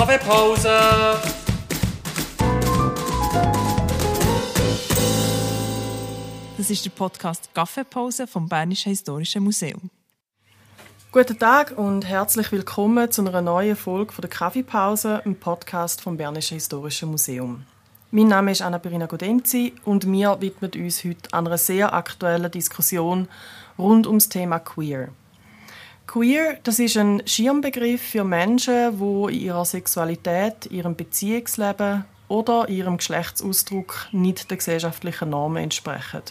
Kaffeepause! Das ist der Podcast «Kaffeepause» vom Bernischen Historischen Museum. Guten Tag und herzlich willkommen zu einer neuen Folge von der «Kaffeepause», einem Podcast vom Bernischen Historischen Museum. Mein Name ist Anna-Pirina Godenzi und wir widmen uns heute einer sehr aktuellen Diskussion rund ums Thema Queer. Queer, das ist ein Schirmbegriff für Menschen, die in ihrer Sexualität, ihrem Beziehungsleben oder ihrem Geschlechtsausdruck nicht den gesellschaftlichen Normen entsprechen.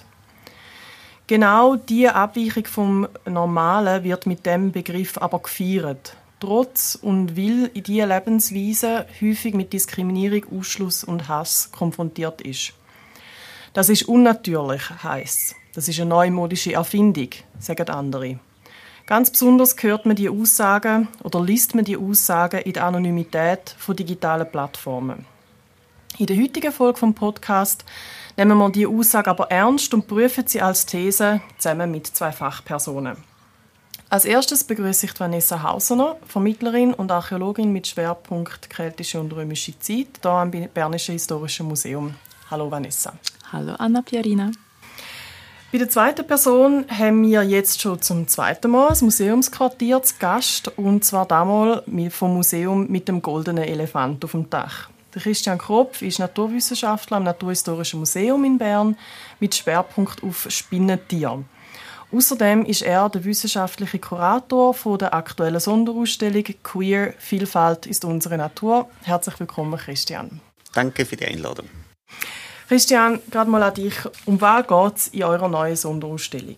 Genau diese Abweichung vom Normalen wird mit dem Begriff aber gefeiert. Trotz und weil in diese Lebensweise häufig mit Diskriminierung, Ausschluss und Hass konfrontiert ist. Das ist unnatürlich, heisst es. Das ist eine neumodische Erfindung, sagen andere. Ganz besonders hört man die Aussagen oder liest man die Aussagen in der Anonymität von digitalen Plattformen. In der heutigen Folge vom Podcast nehmen wir diese Aussage aber ernst und prüfen sie als These zusammen mit 2 Fachpersonen. Als erstes begrüße ich Vanessa Hausener, Vermittlerin und Archäologin mit Schwerpunkt keltische und römische Zeit, hier am Bernischen Historischen Museum. Hallo Vanessa. Hallo Anna-Pirina. Bei der zweiten Person haben wir jetzt schon zum zweiten Mal das Museumsquartier zu Gast, und zwar damals vom Museum mit dem goldenen Elefant auf dem Dach. Der Christian Kropf ist Naturwissenschaftler am Naturhistorischen Museum in Bern mit Schwerpunkt auf Spinnentiere. Außerdem ist er der wissenschaftliche Kurator der aktuellen Sonderausstellung «Queer – Vielfalt ist unsere Natur». Herzlich willkommen, Christian. Danke für die Einladung. Christian, gerade mal an dich. Um was geht es in eurer neuen Sonderausstellung?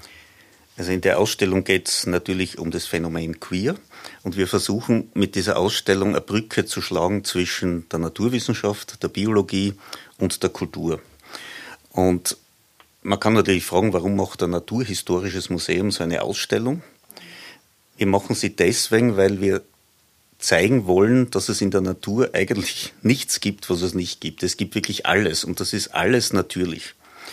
Also in der Ausstellung geht es natürlich um das Phänomen Queer, und wir versuchen mit dieser Ausstellung eine Brücke zu schlagen zwischen der Naturwissenschaft, der Biologie und der Kultur. Und man kann natürlich fragen, warum macht ein Naturhistorisches Museum so eine Ausstellung? Wir machen sie deswegen, weil wir zeigen wollen, dass es in der Natur eigentlich nichts gibt, was es nicht gibt. Es gibt wirklich alles, und das ist alles natürlich.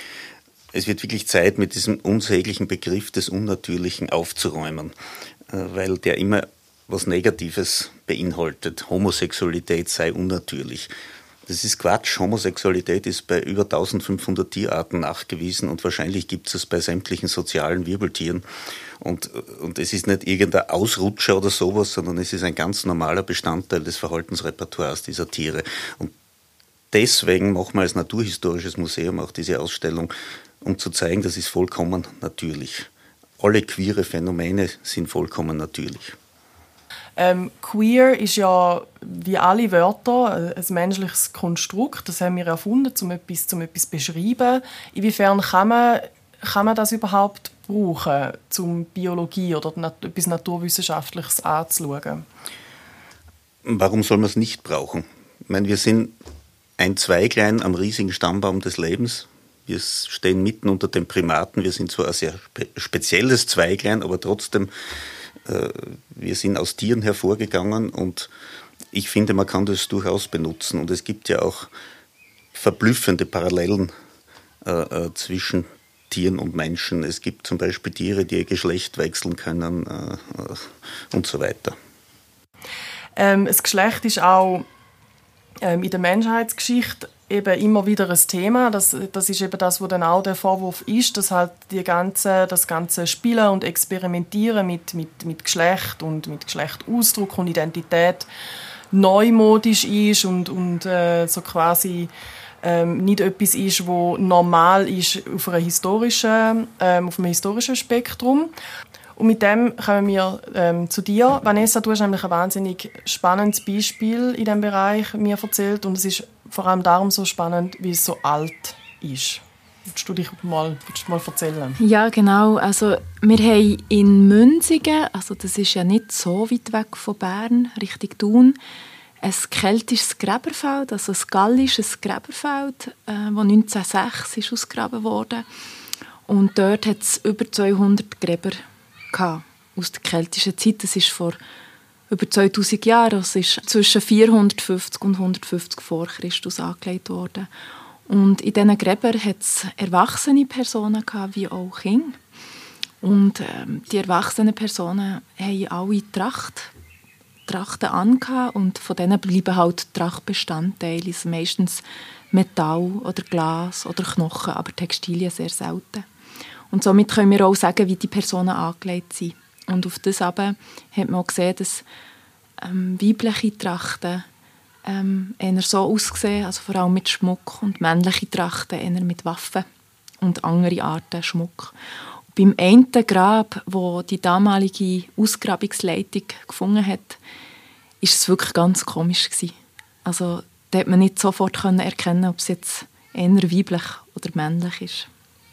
Es wird wirklich Zeit, mit diesem unsäglichen Begriff des Unnatürlichen aufzuräumen, weil der immer was Negatives beinhaltet. Homosexualität sei unnatürlich. Das ist Quatsch. Homosexualität ist bei über 1500 Tierarten nachgewiesen, und wahrscheinlich gibt es bei sämtlichen sozialen Wirbeltieren. Und es ist nicht irgendein Ausrutscher oder sowas, sondern es ist ein ganz normaler Bestandteil des Verhaltensrepertoires dieser Tiere. Und deswegen machen wir als Naturhistorisches Museum auch diese Ausstellung, um zu zeigen, das ist vollkommen natürlich. Alle queere Phänomene sind vollkommen natürlich. Queer ist ja wie alle Wörter ein menschliches Konstrukt. Das haben wir erfunden, um etwas zu beschreiben. Inwiefern kann man das überhaupt brauchen, um Biologie oder etwas Naturwissenschaftliches anzuschauen? Warum soll man es nicht brauchen? Ich meine, wir sind ein Zweiglein am riesigen Stammbaum des Lebens. Wir stehen mitten unter den Primaten. Wir sind zwar ein sehr spezielles Zweiglein, aber trotzdem, wir sind aus Tieren hervorgegangen, und ich finde, man kann das durchaus benutzen. Und es gibt ja auch verblüffende Parallelen zwischen Tieren und Menschen. Es gibt zum Beispiel Tiere, die ihr Geschlecht wechseln können und so weiter. Das Geschlecht ist auch in der Menschheitsgeschichte eben immer wieder ein Thema. Das ist eben das, wo dann auch der Vorwurf ist, dass halt das ganze Spielen und Experimentieren mit Geschlecht und mit Geschlechtausdruck und Identität neumodisch ist und so quasi nicht etwas ist, wo normal ist auf einem historischen Spektrum. Und mit dem kommen wir zu dir. Vanessa, du hast nämlich ein wahnsinnig spannendes Beispiel in diesem Bereich mir erzählt. Und es ist vor allem darum so spannend, weil es so alt ist. Willst du mal erzählen? Ja, genau. Also, wir haben in Münzigen, also das ist ja nicht so weit weg von Bern, Richtung Thun, ein keltisches Gräberfeld, also ein gallisches Gräberfeld, das 1906 ist ausgegraben wurde. Und dort hat es über 200 Gräber aus der keltischen Zeit. Das ist vor über 2000 Jahren. Es ist zwischen 450 und 150 vor Christus angelegt worden. Und in diesen Gräbern hat es erwachsene Personen gehabt, wie auch Kinder. Und die erwachsenen Personen haben alle Tracht Trachten an und von denen bleiben halt Trachtbestandteile, also meistens Metall oder Glas oder Knochen, aber Textilien sehr selten. Und somit können wir auch sagen, wie die Personen angelegt sind. Und auf das aber hat man auch gesehen, dass weibliche Trachten eher so aussehen, also vor allem mit Schmuck, und männliche Trachten eher mit Waffen und andere Arten Schmuck. Und beim einen Grab, wo die damalige Ausgrabungsleitung gefunden hat, ist es wirklich ganz komisch gewesen. Also da hat man nicht sofort erkennen, ob es jetzt eher weiblich oder männlich ist.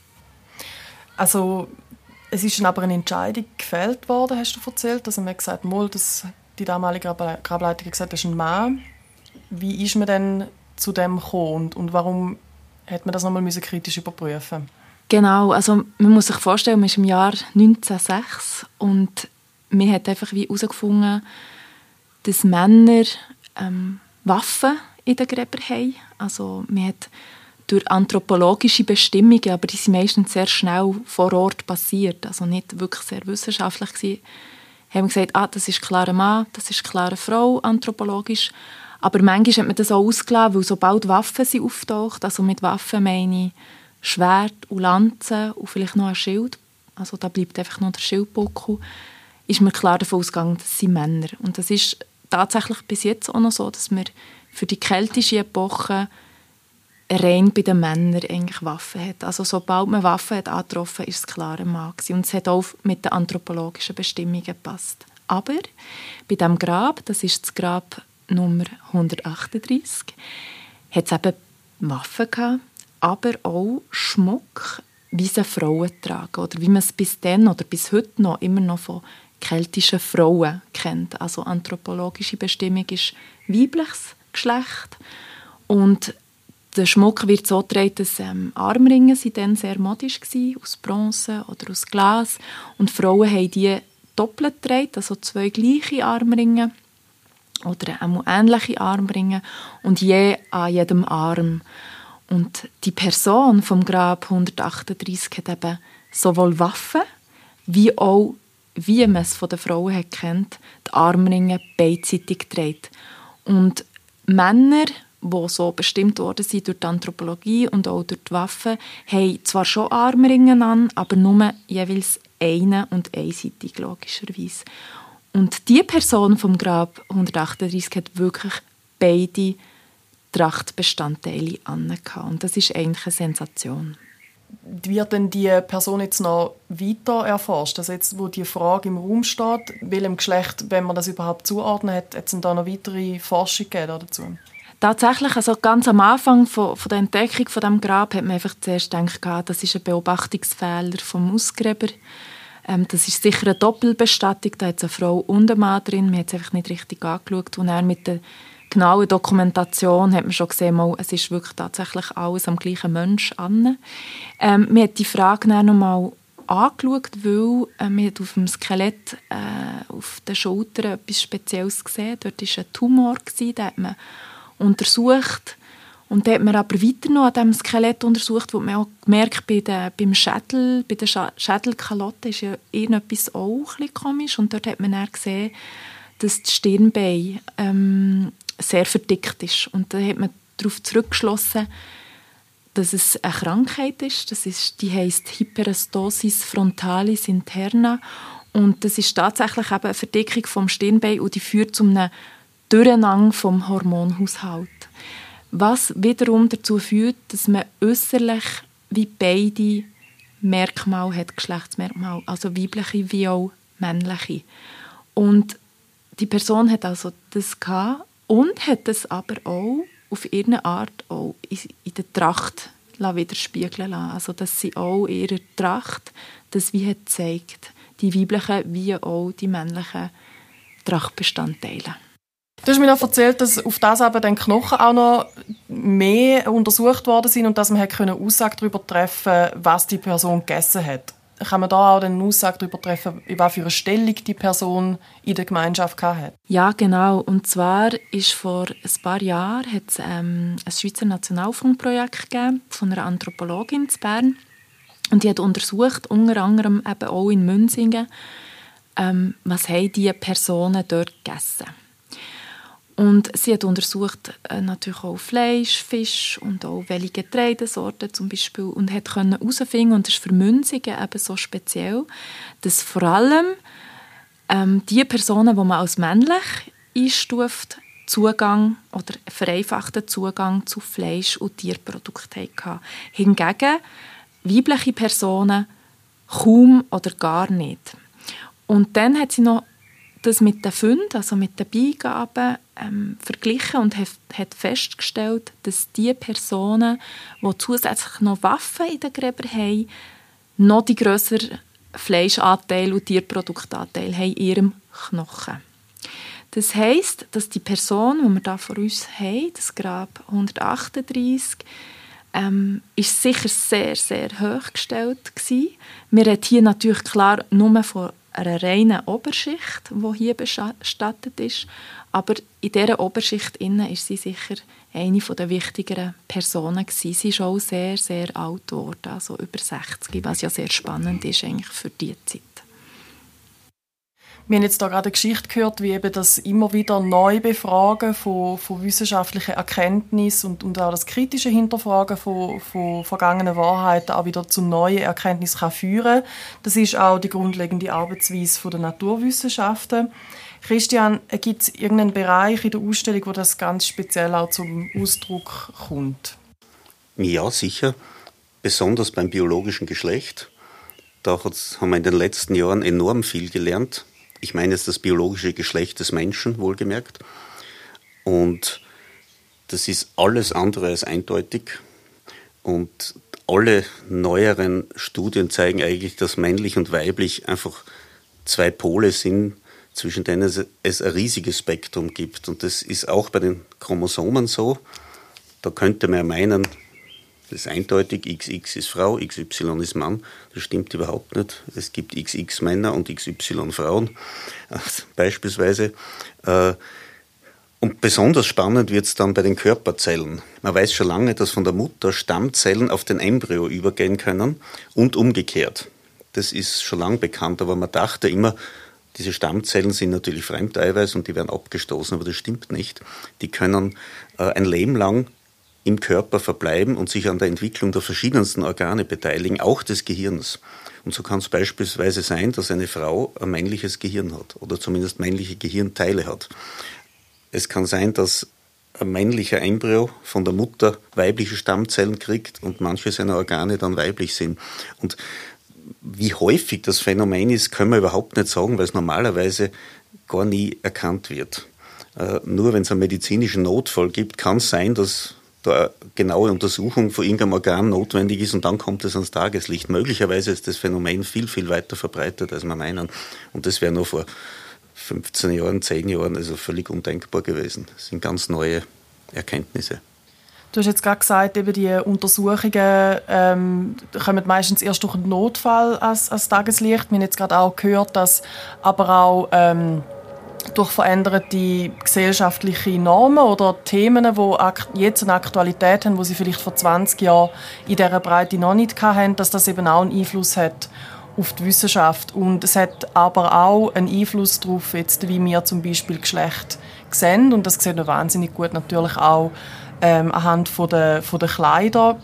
Also es ist dann aber eine Entscheidung gefällt worden, hast du erzählt. Also man hat gesagt, dass die damalige Grableitung gesagt, das ist ein Mann. Wie ist man denn zu dem gekommen und warum hat man das nochmal kritisch überprüfen? Genau, also man muss sich vorstellen, man ist im Jahr 1906 und man hat einfach wie herausgefunden, dass Männer Waffen in den Gräbern haben. Also man hat durch anthropologische Bestimmungen, aber die sind meistens sehr schnell vor Ort passiert, also nicht wirklich sehr wissenschaftlich gewesen, haben wir gesagt, das ist klar ein Mann, das ist klar eine Frau, anthropologisch. Aber manchmal hat man das auch ausgelassen, weil sobald Waffen sind auftaucht, also mit Waffen meine ich Schwert und Lanze und vielleicht noch ein Schild, also da bleibt einfach noch der Schildbuckel, ist mir klar davon ausgegangen, das sind Männer. Und das ist tatsächlich bis jetzt auch noch so, dass wir für die keltische Epoche rein bei den Männern eigentlich Waffen hat. Also sobald man Waffen hat angetroffen, ist es klar ein Mann gewesen. Und es hat auch mit den anthropologischen Bestimmungen gepasst. Aber bei diesem Grab, das ist das Grab Nummer 138, hat es eben Waffen gehabt, aber auch Schmuck, wie sie Frauen tragen. Oder wie man es bis dann oder bis heute noch immer noch von keltischen Frauen kennt. Also anthropologische Bestimmung ist weibliches Geschlecht. Und der Schmuck wird so getragen, dass Armringe sind dann sehr modisch waren, aus Bronze oder aus Glas. Und Frauen haben die doppelt getragen, also 2 gleiche Armringe oder auch ähnliche Armringe und je an jedem Arm. Und die Person vom Grab 138 hat eben sowohl Waffen wie auch, wie man es von den Frauen hat kennt, die Armringe beidseitig getragen. Und Männer, die so bestimmt worden sind durch die Anthropologie und auch durch die Waffen, haben zwar schon Armringe an, aber nur jeweils einen und einseitig, logischerweise. Und die Person vom Grab 138 hat wirklich beide Trachtbestandteile an. Und das ist eigentlich eine Sensation. Wird denn die Person jetzt noch weiter erforscht? Also jetzt, wo die Frage im Raum steht, welchem Geschlecht, wenn man das überhaupt zuordnen hat, hat es da noch weitere Forschung gegeben dazu? Tatsächlich, also ganz am Anfang von der Entdeckung von dem Grab hat man einfach zuerst gedacht, das ist ein Beobachtungsfehler vom Ausgräber. Das ist sicher eine Doppelbestattung, da hat es eine Frau und einen Mann drin. Man hat es einfach nicht richtig angeschaut. Und dann mit der genauen Dokumentation hat man schon gesehen, es ist wirklich tatsächlich alles am gleichen Mensch an. Man hat die Frage dann noch mal angeschaut, weil man hat auf dem Skelett auf den Schultern etwas Spezielles gesehen. Dort war ein Tumor, den hat man untersucht. Und dann hat man aber weiter noch an diesem Skelett untersucht, wo man auch gemerkt, beim Schädel, bei der Schädelkalotte ist ja irgendetwas auch ein bisschen komisch. Und dort hat man dann gesehen, dass das Stirnbein sehr verdickt ist. Und dann hat man darauf zurückgeschlossen, dass es eine Krankheit ist. Die heisst Hyperestosis frontalis interna. Und das ist tatsächlich eben eine Verdickung vom Stirnbein und die führt zu einem Durcheinander vom Hormonhaushalt. Was wiederum dazu führt, dass man äußerlich wie beide Merkmale hat, Geschlechtsmerkmale, also weibliche wie auch männliche. Und die Person hat also das gehabt und hat das aber auch auf irgendeine Art auch in der Tracht widerspiegeln lassen. Also dass sie auch in ihrer Tracht das wie hat gezeigt, die weiblichen wie auch die männlichen Trachtbestandteile. Du hast mir noch erzählt, dass auf das eben den Knochen auch noch mehr untersucht worden sind und dass man Aussage darüber treffen konnte, was die Person gegessen hat. Kann man da auch eine Aussage darüber treffen, in was für eine Stellung die Person in der Gemeinschaft hatte? Ja, genau. Und zwar ist vor ein paar Jahren hat es ein Schweizer Nationalfondsprojekt gegeben von einer Anthropologin in Bern. Und die hat untersucht, unter anderem eben auch in Münsingen, was haben die Personen dort gegessen. Und sie hat untersucht natürlich auch Fleisch, Fisch und auch welche Getreidesorten zum Beispiel und hat herausfinden, und das ist für Münzigen eben so speziell, dass vor allem die Personen, die man als männlich einstuft, Zugang oder vereinfachten Zugang zu Fleisch- und Tierprodukten hatten. Hingegen weibliche Personen kaum oder gar nicht. Und dann hat sie noch das mit den Funden, also mit den Beigaben, verglichen und hat festgestellt, dass die Personen, die zusätzlich noch Waffen in den Gräbern haben, noch die grösseren Fleischanteil und Tierproduktanteil haben in ihrem Knochen. Das heisst, dass die Person, die wir hier vor uns haben, das Grab 138, ist sicher sehr, sehr hoch gestellt gewesen. Wir reden hier natürlich klar nur von einer reinen Oberschicht, die hier bestattet ist. Aber in dieser Oberschicht ist sie sicher eine der wichtigeren Personen gewesen. Sie ist auch sehr, sehr alt geworden, also über 60, was ja sehr spannend ist eigentlich für diese Zeit. Wir haben jetzt da gerade eine Geschichte gehört, wie eben das immer wieder Neubefragen von wissenschaftlichen Erkenntnissen und auch das kritische Hinterfragen von vergangenen Wahrheiten auch wieder zu neuen Erkenntnissen kann führen. Das ist auch die grundlegende Arbeitsweise der Naturwissenschaften. Christian, gibt es irgendeinen Bereich in der Ausstellung, wo das ganz speziell auch zum Ausdruck kommt? Ja, sicher. Besonders beim biologischen Geschlecht. Da haben wir in den letzten Jahren enorm viel gelernt. Ich meine jetzt das biologische Geschlecht des Menschen, wohlgemerkt. Und das ist alles andere als eindeutig. Und alle neueren Studien zeigen eigentlich, dass männlich und weiblich einfach zwei Pole sind, zwischen denen es ein riesiges Spektrum gibt. Und das ist auch bei den Chromosomen so. Da könnte man meinen, das ist eindeutig, XX ist Frau, XY ist Mann. Das stimmt überhaupt nicht. Es gibt XX Männer und XY Frauen, beispielsweise. Und besonders spannend wird es dann bei den Körperzellen. Man weiß schon lange, dass von der Mutter Stammzellen auf den Embryo übergehen können und umgekehrt. Das ist schon lange bekannt, aber man dachte immer, diese Stammzellen sind natürlich Fremdeiweiß und die werden abgestoßen, aber das stimmt nicht. Die können ein Leben lang im Körper verbleiben und sich an der Entwicklung der verschiedensten Organe beteiligen, auch des Gehirns. Und so kann es beispielsweise sein, dass eine Frau ein männliches Gehirn hat oder zumindest männliche Gehirnteile hat. Es kann sein, dass ein männlicher Embryo von der Mutter weibliche Stammzellen kriegt und manche seiner Organe dann weiblich sind. Und wie häufig das Phänomen ist, können wir überhaupt nicht sagen, weil es normalerweise gar nie erkannt wird. Nur wenn es einen medizinischen Notfall gibt, kann es sein, dass da eine genaue Untersuchung von irgendeinem Organ notwendig ist und dann kommt es ans Tageslicht. Möglicherweise ist das Phänomen viel, viel weiter verbreitet, als wir meinen. Und das wäre nur vor 15 Jahren, 10 Jahren also völlig undenkbar gewesen. Das sind ganz neue Erkenntnisse. Du hast jetzt gerade gesagt, eben die Untersuchungen kommen meistens erst durch einen Notfall ans Tageslicht. Wir haben jetzt gerade auch gehört, dass aber auch durch veränderte gesellschaftliche Normen oder Themen, die jetzt eine Aktualität haben, die sie vielleicht vor 20 Jahren in dieser Breite noch nicht hatten, dass das eben auch einen Einfluss hat auf die Wissenschaft. Und es hat aber auch einen Einfluss darauf, jetzt, wie wir zum Beispiel Geschlecht sehen. Und das sehen wir wahnsinnig gut natürlich auch anhand von der Kleider.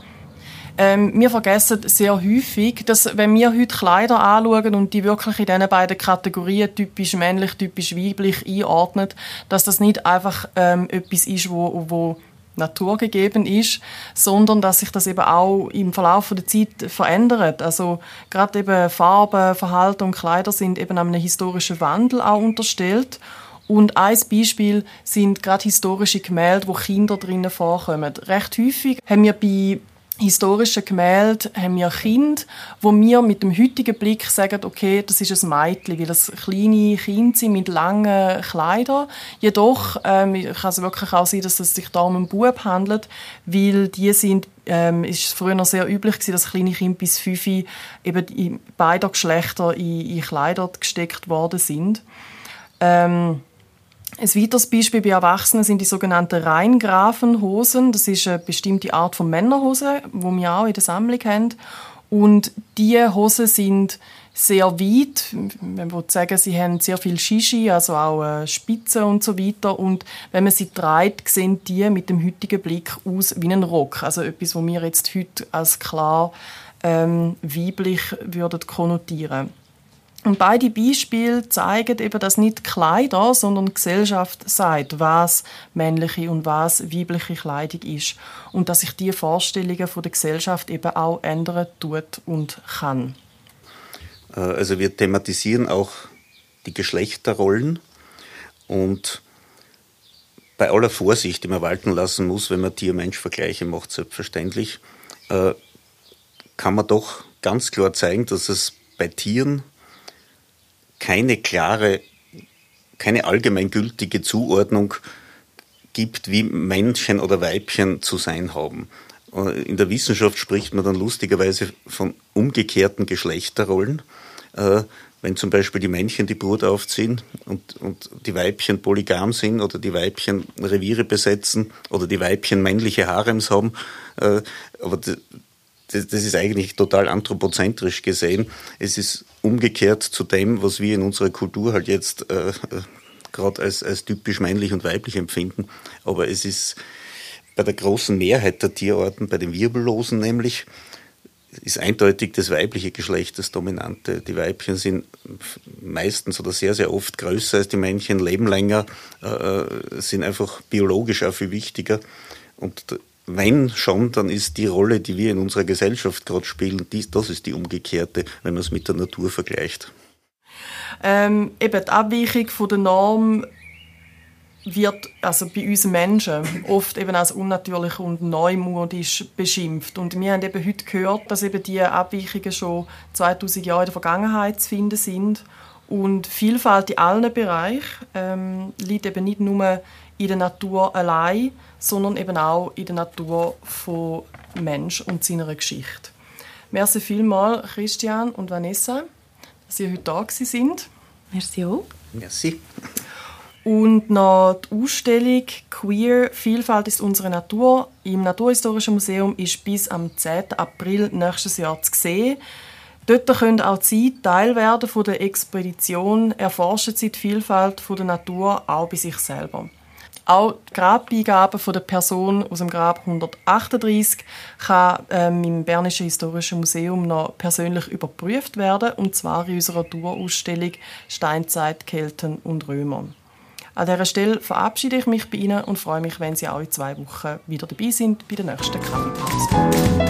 Wir vergessen sehr häufig, dass wenn wir heute Kleider anschauen und die wirklich in diesen beiden Kategorien typisch männlich, typisch weiblich einordnen, dass das nicht einfach etwas ist, wo naturgegeben ist, sondern dass sich das eben auch im Verlauf der Zeit verändert. Also gerade eben Farben, Verhalten und Kleider sind eben einem historischen Wandel auch unterstellt. Und ein Beispiel sind gerade historische Gemälde, wo Kinder drinnen vorkommen. Recht häufig haben wir bei historischen Gemälden Kinder, wo wir mit dem heutigen Blick sagen, okay, das ist ein Mädchen, weil das kleine Kinder sind mit langen Kleidern. Jedoch kann es wirklich auch sein, dass es sich da um einen Bub handelt, weil die sind ist früher sehr üblich gewesen, dass kleine Kinder bis 5 eben in beider Geschlechter in Kleider gesteckt worden sind. Ein weiteres Beispiel bei Erwachsenen sind die sogenannten Rheingrafenhosen. Das ist eine bestimmte Art von Männerhose, die wir auch in der Sammlung haben. Und diese Hosen sind sehr weit. Man würde sagen, sie haben sehr viel Shishi, also auch Spitzen und so weiter. Und wenn man sie trägt, sehen die mit dem heutigen Blick aus wie ein Rock. Also etwas, was wir jetzt heute als klar weiblich würden konnotieren. Und beide Beispiele zeigen eben, dass nicht Kleider, sondern die Gesellschaft sagt, was männliche und was weibliche Kleidung ist. Und dass sich diese Vorstellungen von der Gesellschaft eben auch ändern tut und kann. Also wir thematisieren auch die Geschlechterrollen und bei aller Vorsicht, die man walten lassen muss, wenn man Tier-Mensch-Vergleiche macht, selbstverständlich, kann man doch ganz klar zeigen, dass es bei Tieren keine allgemeingültige Zuordnung gibt, wie Männchen oder Weibchen zu sein haben. In der Wissenschaft spricht man dann lustigerweise von umgekehrten Geschlechterrollen. Wenn zum Beispiel die Männchen die Brut aufziehen und die Weibchen polygam sind oder die Weibchen Reviere besetzen oder die Weibchen männliche Harems haben. Aber das ist eigentlich total anthropozentrisch gesehen. Es ist umgekehrt zu dem, was wir in unserer Kultur halt jetzt gerade als typisch männlich und weiblich empfinden. Aber es ist bei der großen Mehrheit der Tierarten, bei den Wirbellosen nämlich, ist eindeutig das weibliche Geschlecht das Dominante. Die Weibchen sind meistens oder sehr, sehr oft größer als die Männchen, leben länger, sind einfach biologisch auch viel wichtiger. Und wenn schon, dann ist die Rolle, die wir in unserer Gesellschaft gerade spielen, das ist die umgekehrte, wenn man es mit der Natur vergleicht. Eben die Abweichung von der Norm wird also bei uns Menschen oft eben als unnatürlich und neumodisch beschimpft. Und wir haben eben heute gehört, dass eben diese Abweichungen schon 2000 Jahre in der Vergangenheit zu finden sind. Und Vielfalt in allen Bereichen liegt eben nicht nur in der Natur allein, sondern eben auch in der Natur von Mensch und seiner Geschichte. Merci vielmals, Christian und Vanessa, dass ihr heute da sind. Merci auch. Merci. Und noch die Ausstellung «Queer. Vielfalt ist unsere Natur» im Naturhistorischen Museum ist bis am 10. April nächstes Jahr zu sehen. Dort können auch Sie Teil werden von der Expedition «Erforschen Sie die Vielfalt der Natur auch bei sich selber». Auch die Grabbeigabe von der Person aus dem Grab 138 kann im Bernischen Historischen Museum noch persönlich überprüft werden, und zwar in unserer Tourausstellung «Steinzeit, Kelten und Römer». An dieser Stelle verabschiede ich mich bei Ihnen und freue mich, wenn Sie auch in 2 Wochen wieder dabei sind bei der nächsten Kaffeepause.